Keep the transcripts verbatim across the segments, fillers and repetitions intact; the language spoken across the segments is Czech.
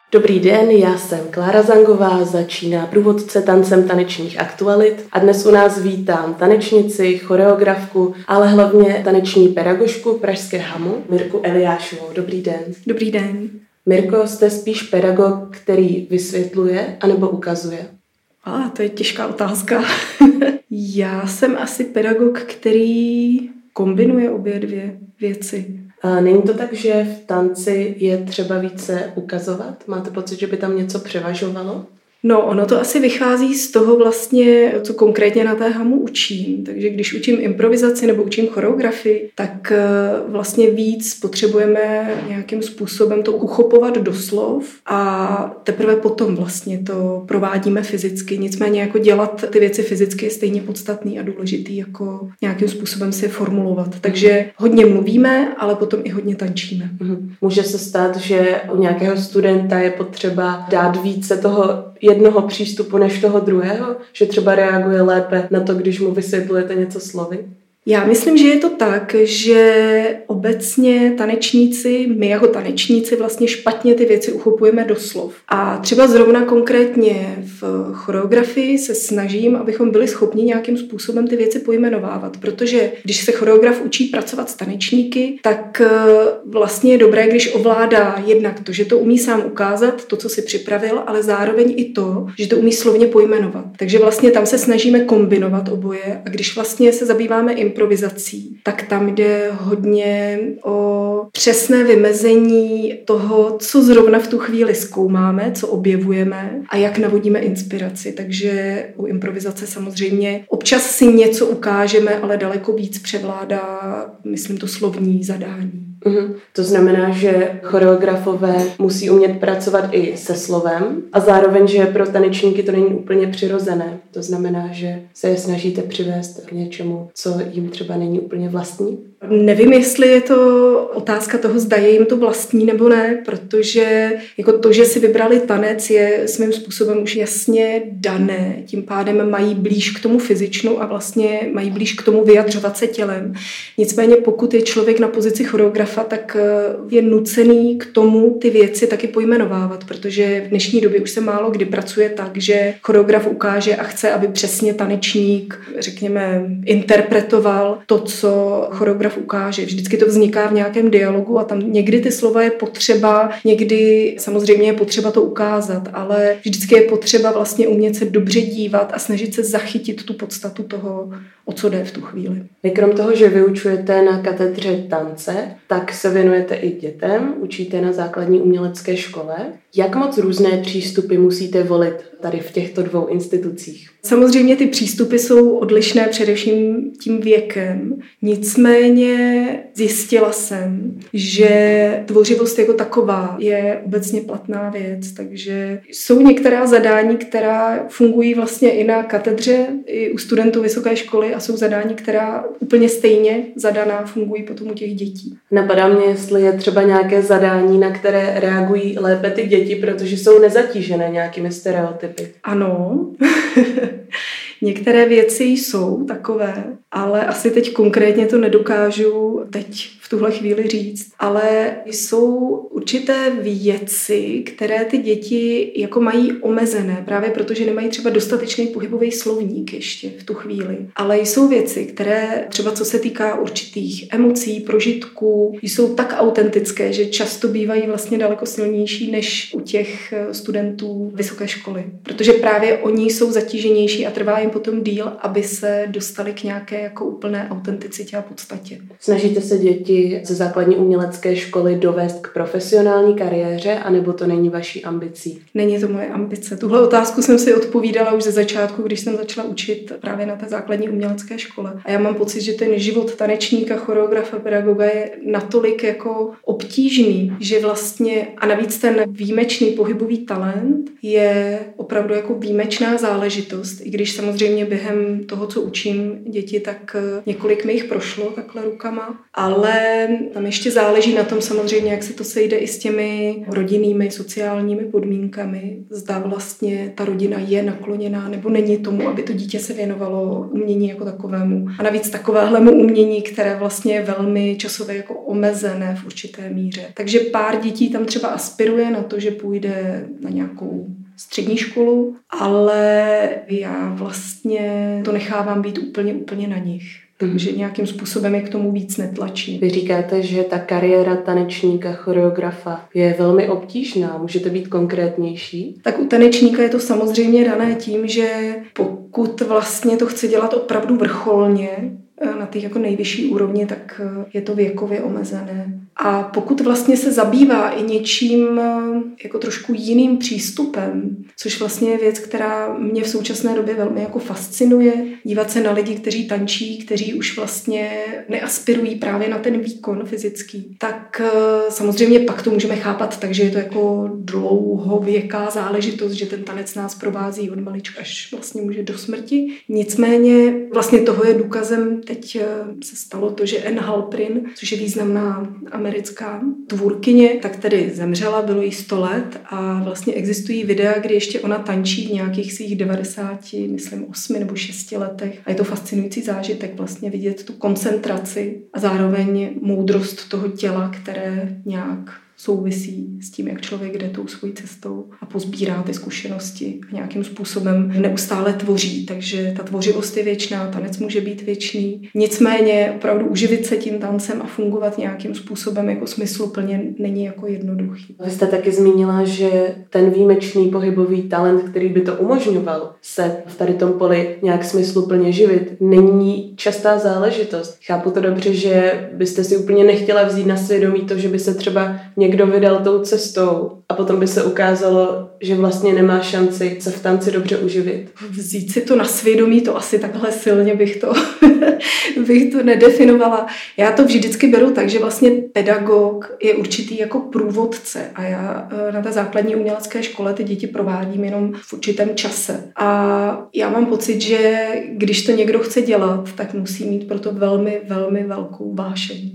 Dobrý den, já jsem Klára Zangová, začíná průvodce tancem tanečních aktualit a dnes u nás vítám tanečnici, choreografku, ale hlavně taneční pedagožku pražské hamu Mirku Eliášovou. Dobrý den. Dobrý den. Mirko, jste spíš pedagog, který vysvětluje anebo ukazuje? A to je těžká otázka. Já jsem asi pedagog, který kombinuje obě dvě věci. A není to tak, že v tanci je třeba více ukazovat? Máte pocit, že by tam něco převažovalo? No, ono to asi vychází z toho vlastně, co konkrétně na té hamu učím. Takže když učím improvizaci nebo učím choreografii, tak vlastně víc potřebujeme nějakým způsobem to uchopovat do slov a teprve potom vlastně to provádíme fyzicky. Nicméně jako dělat ty věci fyzicky je stejně podstatný a důležitý, jako nějakým způsobem si je formulovat. Takže hodně mluvíme, ale potom i hodně tančíme. Může se stát, že u nějakého studenta je potřeba dát více toho jednoho přístupu než toho druhého? Že třeba reaguje lépe na to, když mu vysvětlujete něco slovy? Já myslím, že je to tak, že obecně tanečníci, my jako tanečníci vlastně špatně ty věci uchopujeme do slov. A třeba zrovna konkrétně v choreografii se snažím, abychom byli schopni nějakým způsobem ty věci pojmenovávat, protože když se choreograf učí pracovat s tanečníky, tak vlastně je dobré, když ovládá jednak to, že to umí sám ukázat, to, co si připravil, ale zároveň i to, že to umí slovně pojmenovat. Takže vlastně tam se snažíme kombinovat oboje a když vlastně se zabýváme improvizací, tak tam jde hodně o přesné vymezení toho, co zrovna v tu chvíli zkoumáme, co objevujeme a jak navodíme inspiraci. Takže u improvizace samozřejmě občas si něco ukážeme, ale daleko víc převládá, myslím, to slovní zadání. Uhum. To znamená, že choreografové musí umět pracovat i se slovem a zároveň, že pro tanečníky to není úplně přirozené. To znamená, že se je snažíte přivést k něčemu, co jim třeba není úplně vlastní? Nevím, jestli je to otázka toho, zda je jim to vlastní nebo ne, protože jako to, že si vybrali tanec, je svým způsobem už jasně dané. Tím pádem mají blíž k tomu fyzičnu a vlastně mají blíž k tomu vyjadřovat se tělem. Nicméně pokud je člověk na pozici choreografa, tak je nucený k tomu ty věci taky pojmenovávat, protože v dnešní době už se málo kdy pracuje tak, že choreograf ukáže a chce, aby přesně tanečník, řekněme, interpretoval to, co choreograf ukáže. Vždycky to vzniká v nějakém dialogu a tam někdy ty slova je potřeba, někdy samozřejmě je potřeba to ukázat, ale vždycky je potřeba vlastně umět se dobře dívat a snažit se zachytit tu podstatu toho, o co jde v tu chvíli. Vy krom toho, že vyučujete na katedře tance, tak se věnujete i dětem, učíte na základní umělecké škole. Jak moc různé přístupy musíte volit tady v těchto dvou institucích? Samozřejmě ty přístupy jsou odlišné především tím věkem. Nicméně zjistila jsem, že tvořivost jako taková je obecně platná věc, takže jsou některá zadání, která fungují vlastně i na katedře, i u studentů vysoké školy a jsou zadání, která úplně stejně zadaná fungují potom u těch dětí. Napadá mě, jestli je třeba nějaké zadání, na které reagují lépe ty děti, protože jsou nezatížené nějakými stereotypy. Ano. Některé věci jsou takové, ale asi teď konkrétně to nedokážu teď v tuhle chvíli říct. Ale jsou určité věci, které ty děti jako mají omezené, právě protože nemají třeba dostatečný pohybový slovník ještě v tu chvíli. Ale jsou věci, které třeba co se týká určitých emocí, prožitků, jsou tak autentické, že často bývají vlastně daleko silnější než u těch studentů vysoké školy. Protože právě oni jsou zatíženější a trvá jim potom díl, aby se dostali k nějaké jako úplné autenticitě a podstatě. Snažíte se děti ze základní umělecké školy dovést k profesionální kariéře, anebo to není vaší ambicí? Není to moje ambice. Tuhle otázku jsem si odpovídala už ze začátku, když jsem začala učit právě na té základní umělecké škole. A já mám pocit, že ten život tanečníka, choreografa, pedagoga je natolik jako obtížný, že vlastně a navíc ten výjimečný pohybový talent je opravdu jako výjimečná záležitost, i když samozřejmě během toho, co učím děti, tak několik mi jich prošlo takhle rukama, ale tam ještě záleží na tom samozřejmě, jak se to sejde i s těmi rodinnými, sociálními podmínkami. Zda vlastně ta rodina je nakloněná nebo není tomu, aby to dítě se věnovalo umění jako takovému. A navíc takovéhlemu umění, které vlastně je velmi časově jako omezené v určité míře. Takže pár dětí tam třeba aspiruje na to, že půjde na nějakou střední školu, ale já vlastně to nechávám být úplně, úplně na nich. Takže nějakým způsobem je k tomu víc netlačí. Vy říkáte, že ta kariéra tanečníka, choreografa je velmi obtížná. Můžete být konkrétnější? Tak u tanečníka je to samozřejmě dané tím, že pokud vlastně to chce dělat opravdu vrcholně, na té jako nejvyšší úrovni, tak je to věkově omezené. A pokud vlastně se zabývá i něčím jako trošku jiným přístupem, což vlastně je věc, která mě v současné době velmi jako fascinuje, dívat se na lidi, kteří tančí, kteří už vlastně neaspirují právě na ten výkon fyzický, tak samozřejmě pak to můžeme chápat, takže je to jako dlouhověká záležitost, že ten tanec nás provází od malička až vlastně může do smrti. Nicméně vlastně toho je důkazem. Teď se stalo to, že Anne Halprin, což je významná americká tvůrkyně, tak tedy zemřela, bylo jí sto let a vlastně existují videa, kdy ještě ona tančí v nějakých svých devadesáti, myslím osmi nebo šesti letech a je to fascinující zážitek vlastně vidět tu koncentraci a zároveň moudrost toho těla, které nějak souvisí s tím, jak člověk jde tou svojí cestou a pozbírá ty zkušenosti a nějakým způsobem neustále tvoří. Takže ta tvořivost je věčná, tanec může být věčný. Nicméně opravdu uživit se tím tancem a fungovat nějakým způsobem jako smysluplně není jako jednoduchý. Vy jste taky zmínila, že ten výjimečný pohybový talent, který by to umožňoval se v tady tom poli nějak smysluplně živit, není častá záležitost. Chápu to dobře, že byste si úplně nechtěla vzít na svědomí to, že by se třeba někdo vydal tou cestou a potom by se ukázalo, že vlastně nemá šanci se v tanci dobře uživit. Vzít si to na svědomí, to asi takhle silně bych to, bych to nedefinovala. Já to vždycky beru tak, že vlastně pedagog je určitý jako průvodce a já na té základní umělecké škole ty děti provádím jenom v určitém čase. A já mám pocit, že když to někdo chce dělat, tak musí mít proto velmi, velmi velkou vášeň.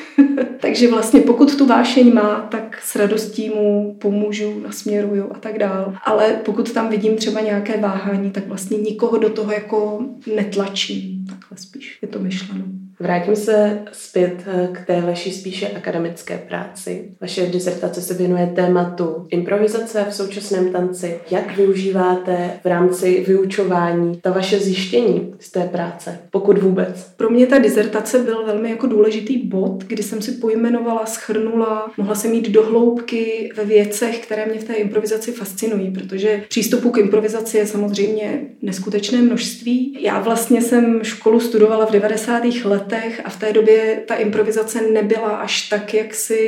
Takže vlastně pokud tu vášeň má, tak s radostí mu pomůžu, nasměruju a tak dál. Ale pokud tam vidím třeba nějaké váhání, tak vlastně nikoho do toho jako netlačím. Takhle spíš je to myšleno. Vrátím se zpět k té vaší spíše akademické práci. Vaše disertace se věnuje tématu improvizace v současném tanci. Jak využíváte v rámci vyučování ta vaše zjištění z té práce, pokud vůbec? Pro mě ta disertace byl velmi jako důležitý bod, kdy jsem si pojmenovala, shrnula, mohla jsem jít do hloubky ve věcech, které mě v té improvizaci fascinují, protože přístupu k improvizaci je samozřejmě neskutečné množství. Já vlastně jsem školu studovala v devadesátých letech a v té době ta improvizace nebyla až tak jaksi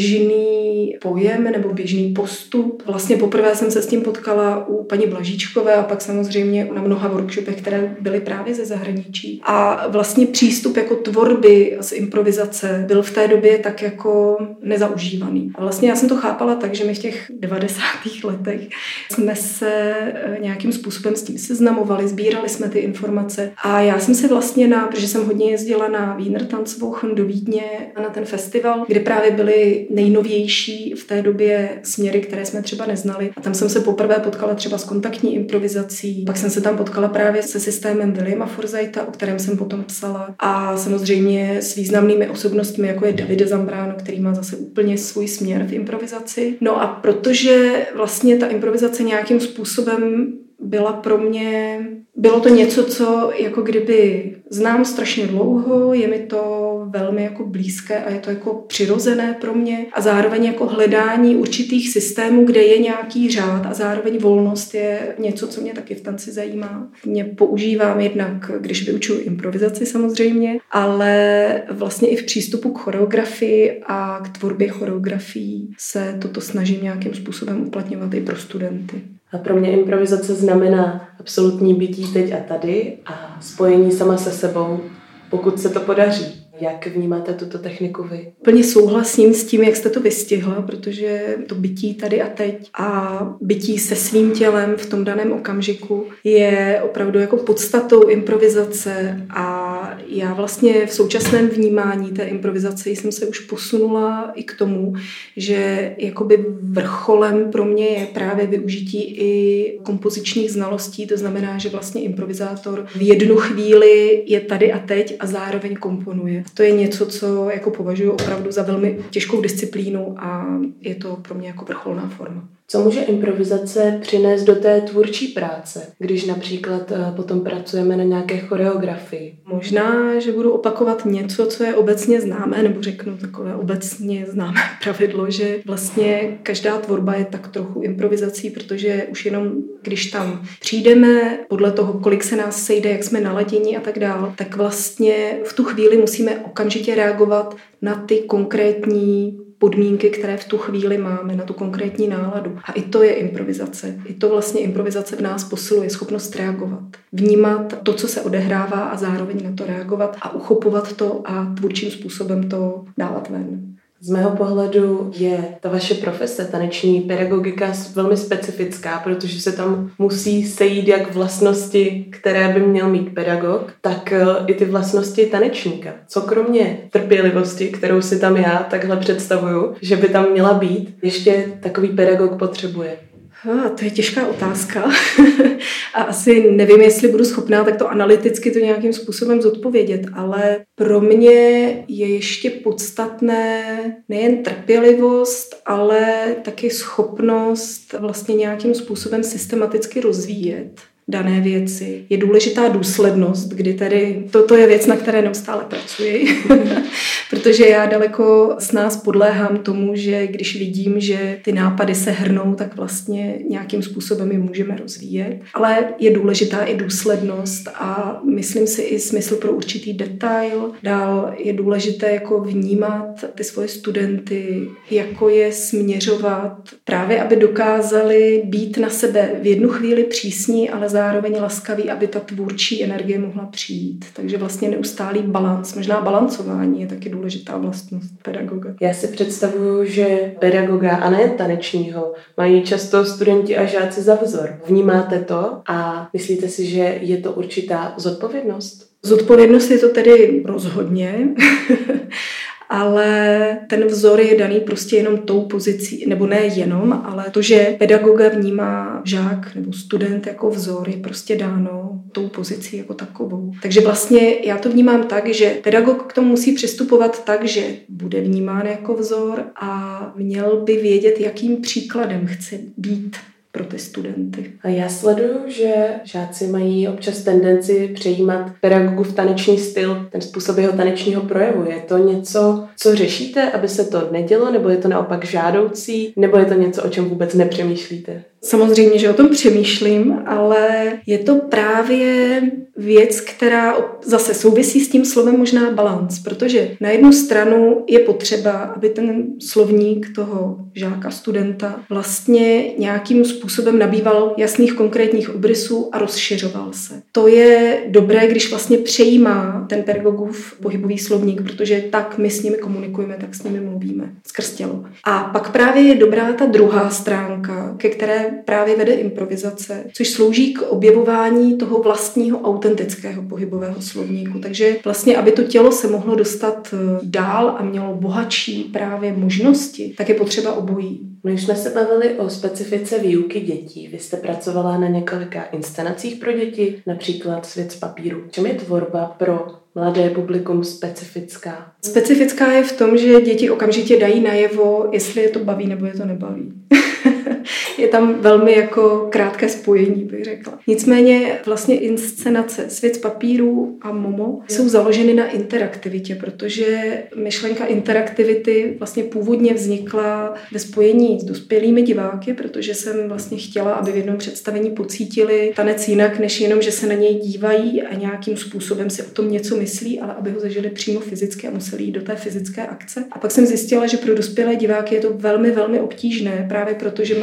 běžný pojem nebo běžný postup. Vlastně poprvé jsem se s tím potkala u paní Blažíčkové a pak samozřejmě na mnoha workshopech, které byly právě ze zahraničí. A vlastně přístup jako tvorby z improvizace byl v té době tak jako nezaužívaný. A vlastně já jsem to chápala tak, že my v těch devadesátých letech jsme se nějakým způsobem s tím seznamovali, sbírali jsme ty informace a já jsem se vlastně na, protože jsem hodně jezdila na Wiener Tanzwochen do Vídně na ten festival, kde právě byly nejnovější v té době směry, které jsme třeba neznali. A tam jsem se poprvé potkala třeba s kontaktní improvizací, pak jsem se tam potkala právě se systémem Williama Forsytha, o kterém jsem potom psala. A samozřejmě s významnými osobnostmi, jako je Davide Zambrano, který má zase úplně svůj směr v improvizaci. No a protože vlastně ta improvizace nějakým způsobem byla pro mě, bylo to něco, co jako kdyby znám strašně dlouho, je mi to velmi jako blízké a je to jako přirozené pro mě a zároveň jako hledání určitých systémů, kde je nějaký řád a zároveň volnost je něco, co mě taky v tanci zajímá. Mě používám jednak, když vyučuji improvizaci samozřejmě, ale vlastně i v přístupu k choreografii a k tvorbě choreografií se toto snažím nějakým způsobem uplatňovat i pro studenty. A pro mě improvizace znamená absolutní bytí teď a tady a spojení sama se sebou, pokud se to podaří. Jak vnímáte tuto techniku vy? Plně souhlasím s tím, jak jste to vystihla, protože to bytí tady a teď a bytí se svým tělem v tom daném okamžiku je opravdu jako podstatou improvizace a já vlastně v současném vnímání té improvizace jsem se už posunula i k tomu, že jakoby vrcholem pro mě je právě využití i kompozičních znalostí, to znamená, že vlastně improvizátor v jednu chvíli je tady a teď a zároveň komponuje. To je něco, co jako považuji opravdu za velmi těžkou disciplínu a je to pro mě jako vrcholná forma. Co může improvizace přinést do té tvůrčí práce, když například potom pracujeme na nějaké choreografii? Možná, že budu opakovat něco, co je obecně známé, nebo řeknu takové obecně známé pravidlo, že vlastně každá tvorba je tak trochu improvizací, protože už jenom když tam přijdeme, podle toho, kolik se nás sejde, jak jsme naladěni a tak dál, tak vlastně v tu chvíli musíme okamžitě reagovat na ty konkrétní podmínky, které v tu chvíli máme, na tu konkrétní náladu. A i to je improvizace. I to vlastně improvizace v nás posiluje schopnost reagovat. Vnímat to, co se odehrává a zároveň na to reagovat a uchopovat to a tvůrčím způsobem to dávat ven. Z mého pohledu je ta vaše profese, taneční pedagogika, velmi specifická, protože se tam musí sejít jak vlastnosti, které by měl mít pedagog, tak i ty vlastnosti tanečníka. Co kromě trpělivosti, kterou si tam já takhle představuju, že by tam měla být, ještě takový pedagog potřebuje? Ah, to je těžká otázka a asi nevím, jestli budu schopná takto analyticky to nějakým způsobem zodpovědět, ale pro mě je ještě podstatné nejen trpělivost, ale taky schopnost vlastně nějakým způsobem systematicky rozvíjet dané věci. Je důležitá důslednost, kdy tedy toto je věc, na které neustále pracuji, protože já daleko s nás podléhám tomu, že když vidím, že ty nápady se hrnou, tak vlastně nějakým způsobem je můžeme rozvíjet. Ale je důležitá i důslednost a myslím si i smysl pro určitý detail. Dál je důležité jako vnímat ty svoje studenty, jako je směřovat, právě aby dokázali být na sebe v jednu chvíli přísní, ale zároveň laskavý, aby ta tvůrčí energie mohla přijít. Takže vlastně neustálý balans, možná balancování je taky důležitá vlastnost pedagoga. Já si představuju, že pedagoga a ne tanečního mají často studenti a žáci za vzor. Vnímáte to a myslíte si, že je to určitá zodpovědnost? Zodpovědnost je to tedy rozhodně, ale ten vzor je daný prostě jenom tou pozicí, nebo ne jenom, ale to, že pedagoga vnímá žák nebo student jako vzor, je prostě dáno tou pozicí jako takovou. Takže vlastně já to vnímám tak, že pedagog k tomu musí přistupovat tak, že bude vnímán jako vzor a měl by vědět, jakým příkladem chce být pro ty studenty. A já sleduju, že žáci mají občas tendenci přejímat pedagogův taneční styl, ten způsob jeho tanečního projevu. Je to něco, co řešíte, aby se to nedělo, nebo je to naopak žádoucí, nebo je to něco, o čem vůbec nepřemýšlíte? Samozřejmě, že o tom přemýšlím, ale je to právě věc, která zase souvisí s tím slovem možná balans, protože na jednu stranu je potřeba, aby ten slovník toho žáka, studenta vlastně nějakým způsobem nabýval jasných konkrétních obrysů a rozšiřoval se. To je dobré, když vlastně přejímá ten pedagogův pohybový slovník, protože tak my s nimi komunikujeme, tak s nimi mluvíme skrz tělo. A pak právě je dobrá ta druhá stránka, ke které právě vede improvizace, což slouží k objevování toho vlastního autentického pohybového slovníku. Takže vlastně, aby to tělo se mohlo dostat dál a mělo bohatší právě možnosti, tak je potřeba obojí. My už jsme se bavili o specifice výuky dětí. Vy jste pracovala na několika inscenacích pro děti, například Svět z papíru. Čem je tvorba pro mladé publikum specifická? Specifická je v tom, že děti okamžitě dají najevo, jestli je to baví nebo je to nebaví. Je tam velmi jako krátké spojení, bych řekla. Nicméně vlastně inscenace Svět z papíru a Momo jsou založeny na interaktivitě, protože myšlenka interaktivity vlastně původně vznikla ve spojení s dospělými diváky, protože jsem vlastně chtěla, aby v jednom představení pocítili tanec jinak, než jenom, že se na něj dívají a nějakým způsobem si o tom něco myslí, ale aby ho zažili přímo fyzicky a museli jít do té fyzické akce. A pak jsem zjistila, že pro dospělé diváky je to velmi, velmi obtížné, právě protože mají řadu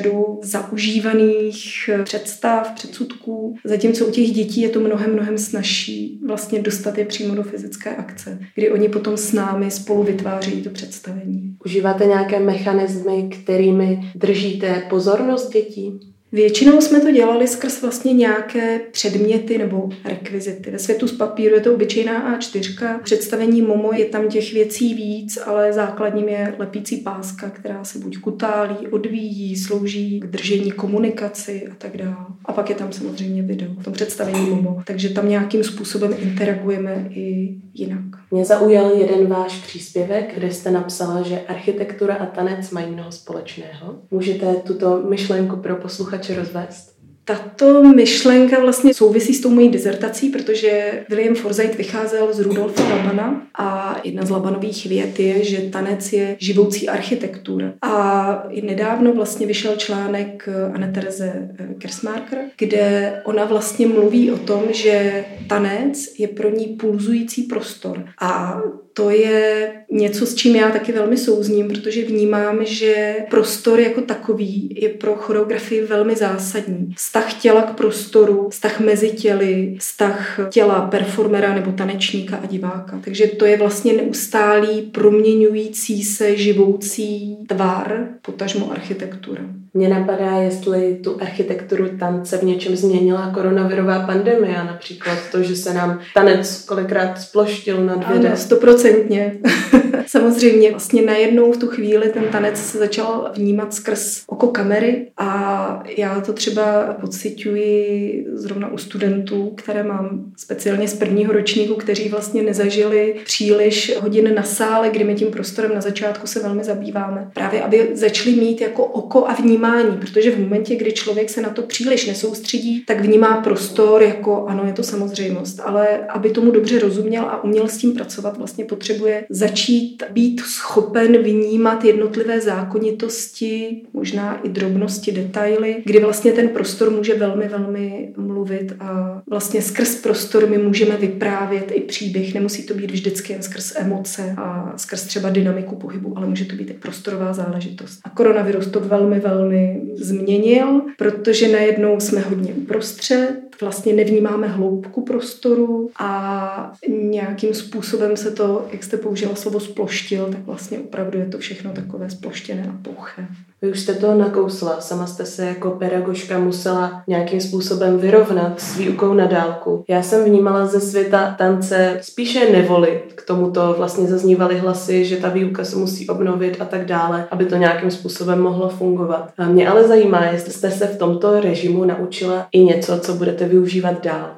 řadu zaužívaných představ, předsudků, zatímco u těch dětí je to mnohem, mnohem snazší vlastně dostat je přímo do fyzické akce, kdy oni potom s námi spolu vytváří to představení. Užíváte nějaké mechanismy, kterými držíte pozornost dětí? Většinou jsme to dělali skrz vlastně nějaké předměty nebo rekvizity. Ve světu z papíru je to obyčejná á čtyři, představení Momo je tam těch věcí víc, ale základním je lepící páska, která se buď kutálí, odvíjí, slouží k držení komunikaci a tak dále. A pak je tam samozřejmě video v tom představení Momo, takže tam nějakým způsobem interagujeme i jinak. Mě zaujal jeden váš příspěvek, kde jste napsala, že architektura a tanec mají mnoho společného. Můžete tuto myšlenku pro posluchače rozvést? Tato myšlenka vlastně souvisí s tou mojí dizertací, protože William Forsythe vycházel z Rudolfa Labana a jedna z Labanových vět je, že tanec je živoucí architektura. A i nedávno vlastně vyšel článek Anne-Therese Kersmacher, kde ona vlastně mluví o tom, že tanec je pro ní pulzující prostor. A to je něco, s čím já taky velmi souzním, protože vnímám, že prostor jako takový je pro choreografii velmi zásadní. Vztah těla k prostoru, vztah mezi těly, vztah těla performera nebo tanečníka a diváka. Takže to je vlastně neustálý, proměňující se, živoucí tvar, potažmo architektura. Mně napadá, jestli tu architekturu tance v něčem změnila koronavirová pandemie, například to, že se nám tanec kolikrát sploštil na dvě dé. Ano, stoprocentně. Samozřejmě vlastně najednou v tu chvíli ten tanec se začal vnímat skrz oko kamery a já to třeba pociťuji zrovna u studentů, které mám speciálně z prvního ročníku, kteří vlastně nezažili příliš hodin na sále, kdy my tím prostorem na začátku se velmi zabýváme. Právě aby začali mít jako oko a vnímání, protože v momentě, kdy člověk se na to příliš nesoustředí, tak vnímá prostor jako ano, je to samozřejmost, ale aby tomu dobře rozuměl a uměl s tím pracovat, vlastně potřebuje začít být schopen vnímat jednotlivé zákonitosti, možná i drobnosti, detaily, kdy vlastně ten prostor může velmi, velmi mluvit a vlastně skrz prostor my můžeme vyprávět i příběh. Nemusí to být vždycky jen skrz emoce a skrz třeba dynamiku pohybu, ale může to být i prostorová záležitost. A koronavirus to velmi, velmi změnil, protože najednou jsme hodně uprostřed, vlastně nevnímáme hloubku prostoru a nějakým způsobem se to, jak jste použila slovo sploštil, tak vlastně opravdu je to všechno takové sploštěné a ploché. Vy už jste to nakousla, sama jste se jako pedagožka musela nějakým způsobem vyrovnat s výukou na dálku. Já jsem vnímala ze světa tance spíše nevoli. K tomuto vlastně zaznívaly hlasy, že ta výuka se musí obnovit a tak dále, aby to nějakým způsobem mohlo fungovat. A mě ale zajímá, jestli jste se v tomto režimu naučila i něco, co budete využívat dál.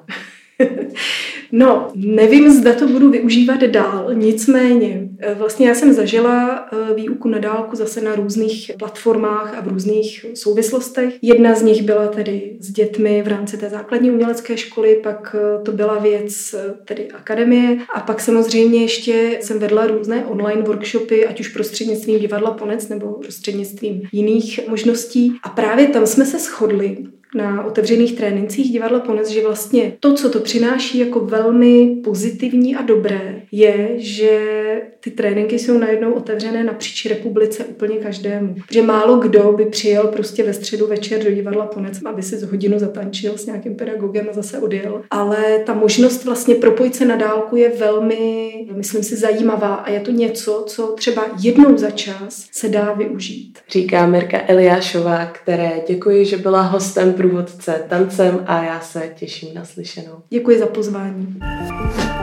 No, nevím, zda to budu využívat dál, nicméně vlastně já jsem zažila výuku na dálku zase na různých platformách a v různých souvislostech. Jedna z nich byla tedy s dětmi v rámci té základní umělecké školy, pak to byla věc tedy akademie a pak samozřejmě ještě jsem vedla různé online workshopy, ať už prostřednictvím divadla Ponec nebo prostřednictvím jiných možností. A právě tam jsme se shodli na otevřených trénincích divadla Ponec, že vlastně to, co to přináší jako velmi pozitivní a dobré, je, že ty tréninky jsou najednou otevřené napříč republice úplně každému. Protože málo kdo by přijel prostě ve středu večer do divadla Ponec, aby si z hodinu zatančil s nějakým pedagogem a zase odjel. Ale ta možnost vlastně propojit se na dálku je velmi, myslím si, zajímavá a je to něco, co třeba jednou za čas se dá využít. Říká Mirka Eliášová, které děkuji, že byla hostem průvodce tancem a já se těším na slyšenou. Děkuji za pozvání.